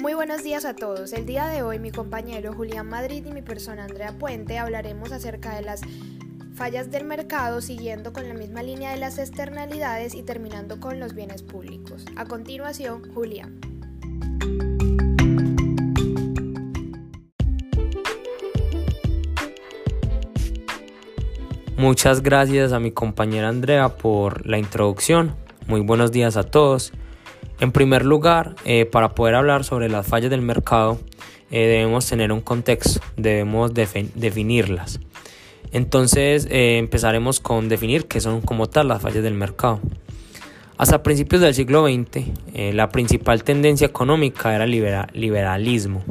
Muy buenos días a todos. El día de hoy mi compañero Julián Madrid y mi persona Andrea Puente hablaremos acerca de las fallas del mercado, siguiendo con la misma línea de las externalidades y terminando con los bienes públicos. A continuación, Julián. Muchas gracias a mi compañera Andrea por la introducción. Muy buenos días a todos. En primer lugar, para poder hablar sobre las fallas del mercado, debemos tener un contexto, debemos definirlas. Entonces, empezaremos con definir qué son como tal las fallas del mercado. Hasta principios del siglo XX, la principal tendencia económica era el liberalismo.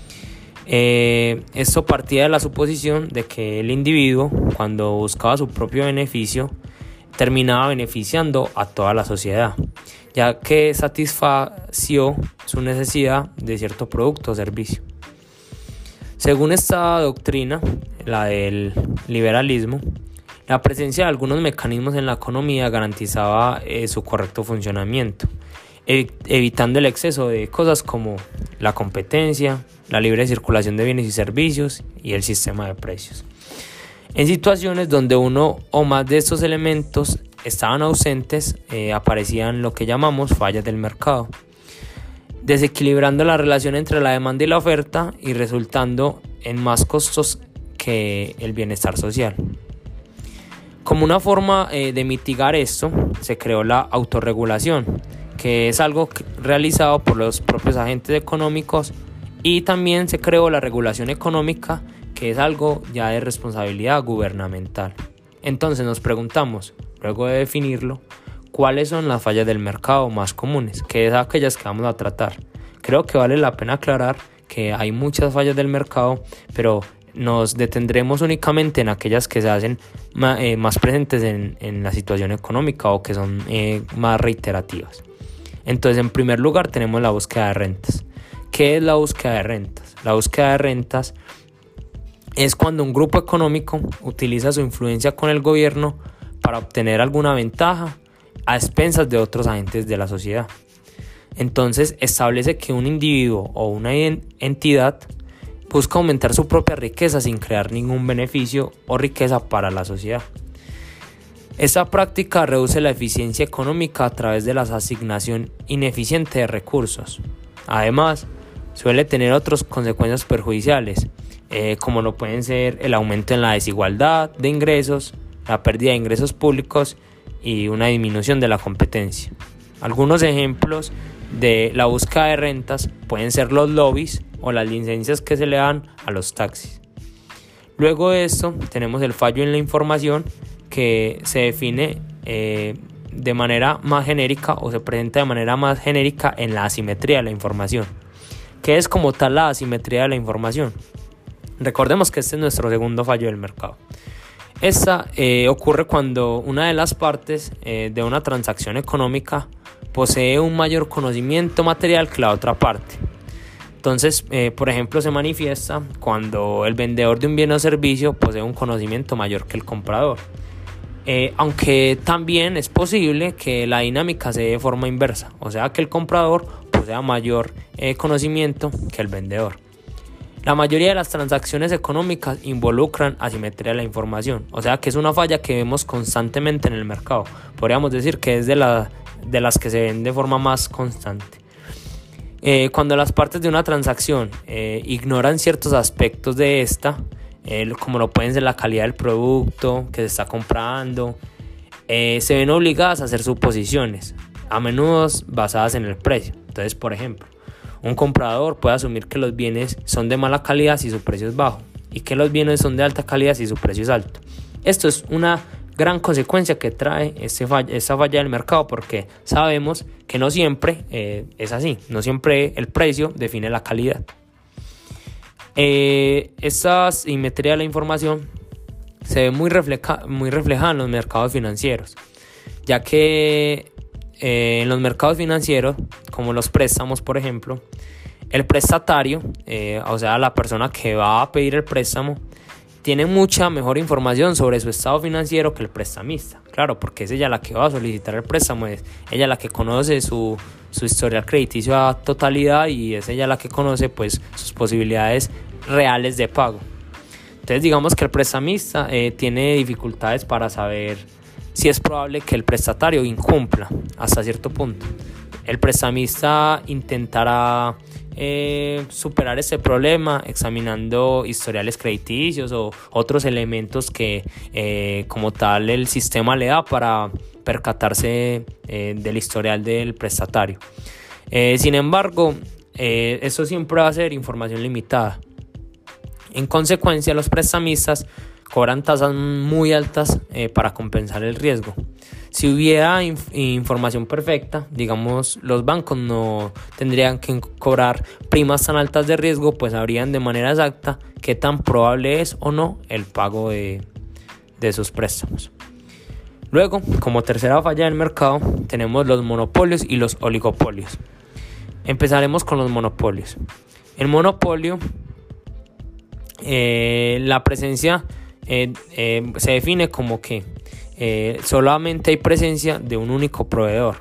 Esto partía de la suposición de que el individuo, cuando buscaba su propio beneficio, terminaba beneficiando a toda la sociedad, ya que satisfació su necesidad de cierto producto o servicio. Según esta doctrina, la del liberalismo, la presencia de algunos mecanismos en la economía garantizaba su correcto funcionamiento, evitando el exceso de cosas como la competencia, la libre circulación de bienes y servicios y el sistema de precios. En situaciones donde uno o más de estos elementos estaban ausentes, aparecían lo que llamamos fallas del mercado, desequilibrando la relación entre la demanda y la oferta y resultando en más costos que el bienestar social. Como una forma de mitigar esto, se creó la autorregulación, que es algo realizado por los propios agentes económicos, y también se creó la regulación económica, que es algo ya de responsabilidad gubernamental. Entonces nos preguntamos, luego de definirlo, ¿cuáles son las fallas del mercado más comunes? ¿Qué es aquellas que vamos a tratar? Creo que vale la pena aclarar que hay muchas fallas del mercado, pero nos detendremos únicamente en aquellas que se hacen más presentes en la situación económica o que son más reiterativas. Entonces, en primer lugar, tenemos la búsqueda de rentas. ¿Qué es la búsqueda de rentas? La búsqueda de rentas es cuando un grupo económico utiliza su influencia con el gobierno para obtener alguna ventaja a expensas de otros agentes de la sociedad. Entonces, establece que un individuo o una entidad busca aumentar su propia riqueza sin crear ningún beneficio o riqueza para la sociedad. Esta práctica reduce la eficiencia económica a través de la asignación ineficiente de recursos. Además, suele tener otras consecuencias perjudiciales, como lo pueden ser el aumento en la desigualdad de ingresos, la pérdida de ingresos públicos y una disminución de la competencia. Algunos ejemplos de la búsqueda de rentas pueden ser los lobbies o las licencias que se le dan a los taxis. Luego de esto tenemos el fallo en la información, que se define de manera más genérica o se presenta de manera más genérica en la asimetría de la información. ¿Qué es como tal la asimetría de la información? Recordemos que este es nuestro segundo fallo del mercado. Esta ocurre cuando una de las partes de una transacción económica posee un mayor conocimiento material que la otra parte. Entonces, por ejemplo, se manifiesta cuando el vendedor de un bien o servicio posee un conocimiento mayor que el comprador. Aunque también es posible que la dinámica se dé de forma inversa, o sea que el comprador posea mayor conocimiento que el vendedor. La mayoría de las transacciones económicas involucran asimetría de la información, o sea que es una falla que vemos constantemente en el mercado. Podríamos decir que es de las que se ven de forma más constante. Cuando las partes de una transacción ignoran ciertos aspectos de esta, como lo pueden ser la calidad del producto que se está comprando, se ven obligadas a hacer suposiciones, a menudo basadas en el precio. Entonces, por ejemplo, un comprador puede asumir que los bienes son de mala calidad si su precio es bajo y que los bienes son de alta calidad si su precio es alto. Esto es una gran consecuencia que trae esta falla del mercado, porque sabemos que no siempre es así, no siempre el precio define la calidad. Esta asimetría de la información se ve muy reflejada en los mercados financieros, ya que en los mercados financieros, como los préstamos, por ejemplo, el prestatario, o sea, la persona que va a pedir el préstamo, tiene mucha mejor información sobre su estado financiero que el prestamista. Claro, porque es ella la que va a solicitar el préstamo, es ella la que conoce su historial crediticio a totalidad y es ella la que conoce pues sus posibilidades reales de pago. Entonces digamos que el prestamista tiene dificultades para saber si es probable que el prestatario incumpla hasta cierto punto. El prestamista intentará superar este problema examinando historiales crediticios o otros elementos que como tal el sistema le da para percatarse del historial del prestatario. Sin embargo, eso siempre va a ser información limitada. En consecuencia, los prestamistas cobran tasas muy altas para compensar el riesgo. Si hubiera información perfecta, digamos, los bancos no tendrían que cobrar primas tan altas de riesgo, pues sabrían de manera exacta qué tan probable es o no el pago de sus préstamos. Luego, como tercera falla del mercado, tenemos los monopolios y los oligopolios. Empezaremos con los monopolios. El monopolio, la presencia se define como que solamente hay presencia de un único proveedor,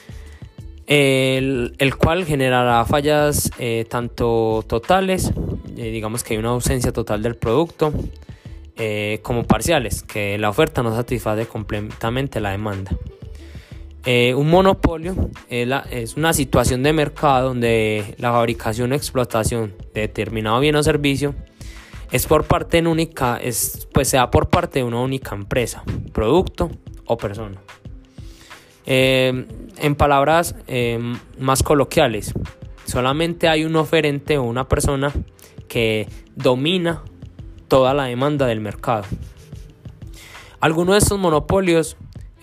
el cual generará fallas tanto totales, digamos que hay una ausencia total del producto, como parciales, que la oferta no satisface completamente la demanda. Un monopolio es una situación de mercado donde la fabricación o explotación de determinado bien o servicio es por parte única, pues se da por parte de una única empresa, producto o persona. En palabras más coloquiales, solamente hay un oferente o una persona que domina toda la demanda del mercado. Algunos de estos monopolios,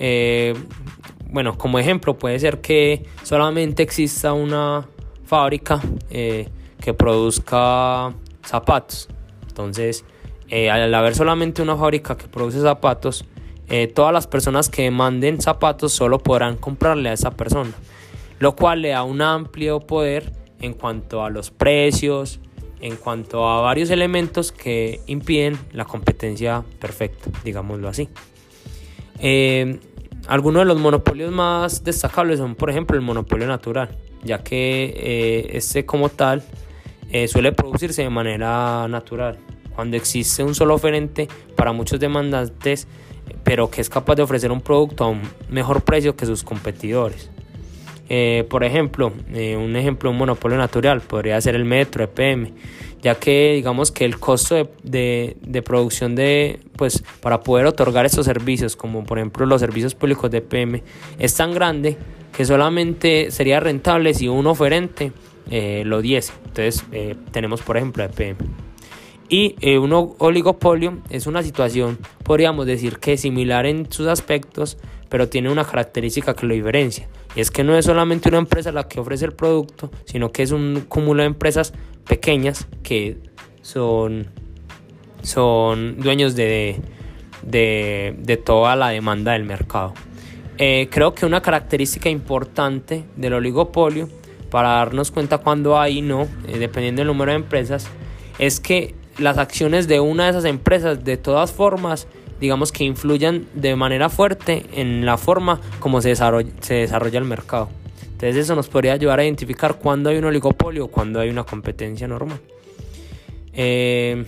como ejemplo puede ser que solamente exista una fábrica que produzca zapatos. Entonces, al haber solamente una fábrica que produce zapatos, todas las personas que manden zapatos solo podrán comprarle a esa persona, lo cual le da un amplio poder en cuanto a los precios, en cuanto a varios elementos que impiden la competencia perfecta, digámoslo así. Algunos de los monopolios más destacables son, por ejemplo, el monopolio natural, ya que este como tal suele producirse de manera natural, cuando existe un solo oferente para muchos demandantes, pero que es capaz de ofrecer un producto a un mejor precio que sus competidores. Por ejemplo, un monopolio natural podría ser el metro, EPM, ya que digamos que el costo de producción para poder otorgar estos servicios, como por ejemplo los servicios públicos de EPM, es tan grande que solamente sería rentable si un oferente lo diese. Entonces tenemos por ejemplo EPM. Y un oligopolio es una situación, podríamos decir que es similar en sus aspectos, pero tiene una característica que lo diferencia, y es que no es solamente una empresa la que ofrece el producto, sino que es un cúmulo de empresas pequeñas que son dueños de toda la demanda del mercado. Creo que una característica importante del oligopolio, para darnos cuenta cuando hay y no, dependiendo del número de empresas, es que las acciones de una de esas empresas de todas formas, digamos que influyan de manera fuerte en la forma como se desarrolla el mercado. Entonces eso nos podría ayudar a identificar cuándo hay un oligopolio o cuándo hay una competencia normal. En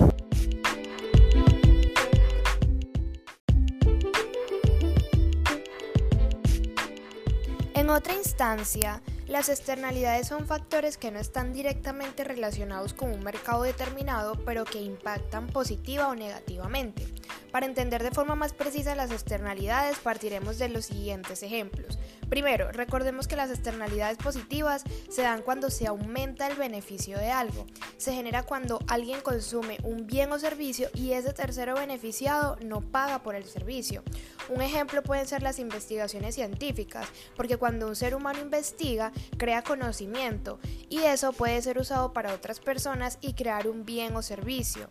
otra instancia, las externalidades son factores que no están directamente relacionados con un mercado determinado, pero que impactan positiva o negativamente. Para entender de forma más precisa las externalidades, partiremos de los siguientes ejemplos. Primero, recordemos que las externalidades positivas se dan cuando se aumenta el beneficio de algo. Se genera cuando alguien consume un bien o servicio y ese tercero beneficiado no paga por el servicio. Un ejemplo pueden ser las investigaciones científicas, porque cuando un ser humano investiga, crea conocimiento y eso puede ser usado para otras personas y crear un bien o servicio.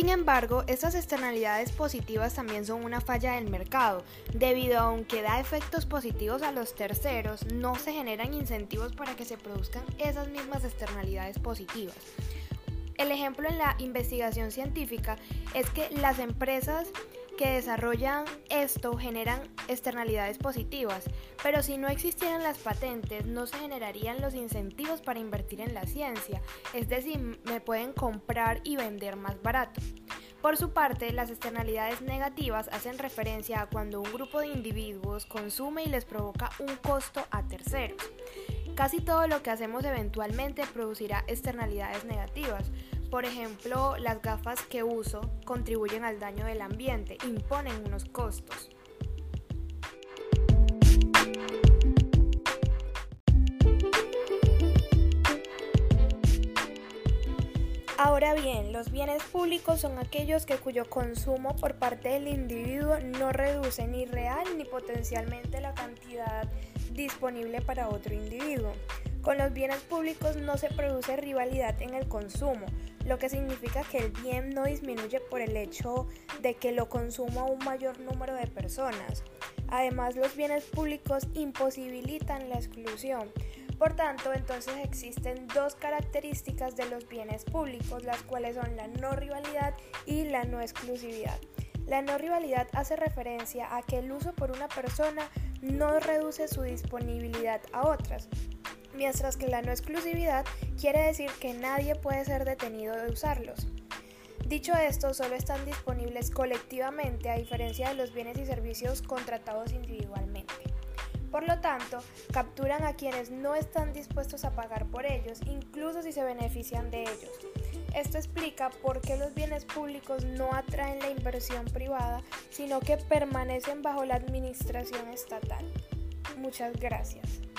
Sin embargo, estas externalidades positivas también son una falla del mercado, debido a aunque da efectos positivos a los terceros, no se generan incentivos para que se produzcan esas mismas externalidades positivas. El ejemplo en la investigación científica es que las empresas que desarrollan esto generan externalidades positivas, pero si no existieran las patentes no se generarían los incentivos para invertir en la ciencia, es decir, me pueden comprar y vender más barato. Por su parte, las externalidades negativas hacen referencia a cuando un grupo de individuos consume y les provoca un costo a terceros. Casi todo lo que hacemos eventualmente producirá externalidades negativas. Por ejemplo, las gafas que uso contribuyen al daño del ambiente, imponen unos costos. Ahora bien, los bienes públicos son aquellos cuyo consumo por parte del individuo no reduce ni real ni potencialmente la cantidad disponible para otro individuo. Con los bienes públicos no se produce rivalidad en el consumo, lo que significa que el bien no disminuye por el hecho de que lo consuma un mayor número de personas. Además, los bienes públicos imposibilitan la exclusión. Por tanto, entonces existen dos características de los bienes públicos, las cuales son la no rivalidad y la no exclusividad. La no rivalidad hace referencia a que el uso por una persona no reduce su disponibilidad a otras, mientras que la no exclusividad quiere decir que nadie puede ser detenido de usarlos. Dicho esto, solo están disponibles colectivamente a diferencia de los bienes y servicios contratados individualmente. Por lo tanto, capturan a quienes no están dispuestos a pagar por ellos, incluso si se benefician de ellos. Esto explica por qué los bienes públicos no atraen la inversión privada, sino que permanecen bajo la administración estatal. Muchas gracias.